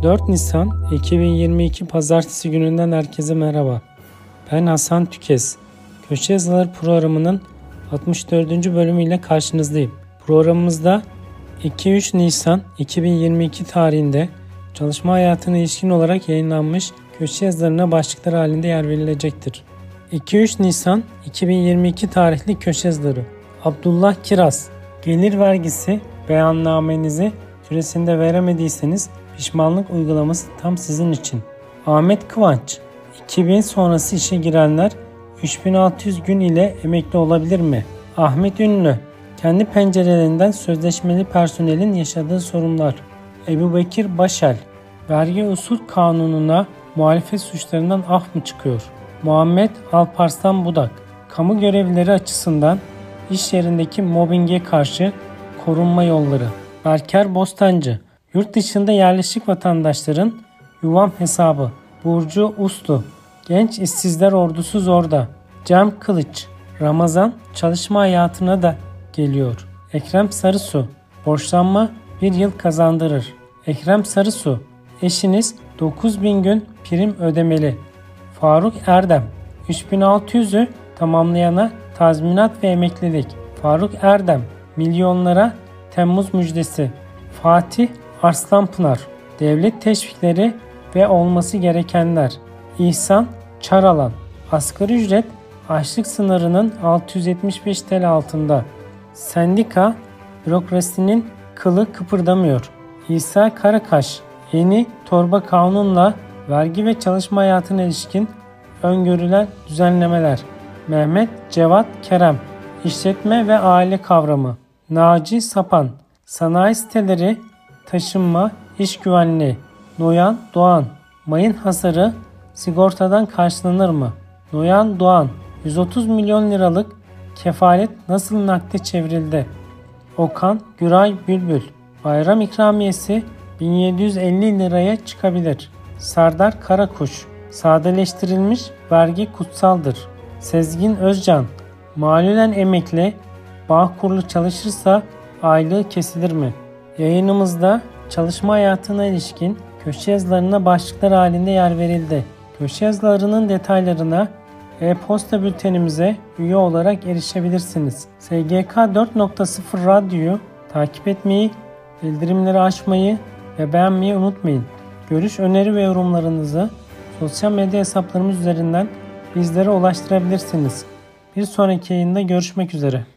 4 Nisan 2022 Pazartesi gününden herkese merhaba. Ben Hasan Tükes. Köşe Yazıları programının 64. bölümüyle karşınızdayım. Programımızda 2-3 Nisan 2022 tarihinde çalışma hayatına ilişkin olarak yayınlanmış köşe yazılarına başlıklar halinde yer verilecektir. 2-3 Nisan 2022 tarihli köşe yazıları. Abdullah Kiraz. Gelir vergisi beyannamenizi süresinde veremediyseniz pişmanlık uygulaması tam sizin için. Ahmet Kıvanç. 2000 sonrası işe girenler 3600 gün ile emekli olabilir mi? Ahmet Ünlü. Kendi pencerelerinden sözleşmeli personelin yaşadığı sorunlar. Ebubekir Başel. Vergi usul kanununa muhalefet suçlarından af mı çıkıyor? Muhammed Alparslan Budak. Kamu görevlileri açısından iş yerindeki mobbinge karşı korunma yolları. Berker Bostancı. Yurt dışında yerleşik vatandaşların yuvam hesabı. Burcu Uslu. Genç işsizler ordusu zorda. Cem Kılıç. Ramazan çalışma hayatına da geliyor. Ekrem Sarısu. Borçlanma bir yıl kazandırır. Ekrem Sarısu. Eşiniz 9000 gün prim ödemeli. Faruk Erdem. 3600'ü tamamlayana tazminat ve emeklilik. Faruk Erdem. Milyonlara Temmuz müjdesi. Fatih Arslanpınar. Devlet teşvikleri ve olması gerekenler. İhsan Çaralan. Asgari ücret açlık sınırının 675 TL altında. Sendika bürokrasinin kılı kıpırdamıyor. İsa Karakaş. Yeni torba kanunla vergi ve çalışma hayatına ilişkin öngörülen düzenlemeler. Mehmet Cevat Kerem. İşletme ve aile kavramı. Naci Sapan. Sanayi siteleri, taşınma, iş güvenliği. Noyan Doğan. Mayın hasarı sigortadan karşılanır mı? Noyan Doğan. 130 milyon liralık kefalet nasıl nakde çevrildi? Okan Güray Bülbül. Bayram ikramiyesi 1750 liraya çıkabilir. Serdar Karakuş. Sadeleştirilmiş vergi kutsaldır. Sezgin Özcan. Malulen emekli, Bağkur'lu çalışırsa aylığı kesilir mi? Yayınımızda çalışma hayatına ilişkin köşe yazılarına başlıklar halinde yer verildi. Köşe yazılarının detaylarına e-posta bültenimize üye olarak erişebilirsiniz. SGK 4.0 Radyo'yu takip etmeyi, bildirimleri açmayı ve beğenmeyi unutmayın. Görüş, öneri ve yorumlarınızı sosyal medya hesaplarımız üzerinden bizlere ulaştırabilirsiniz. Bir sonraki yayında görüşmek üzere.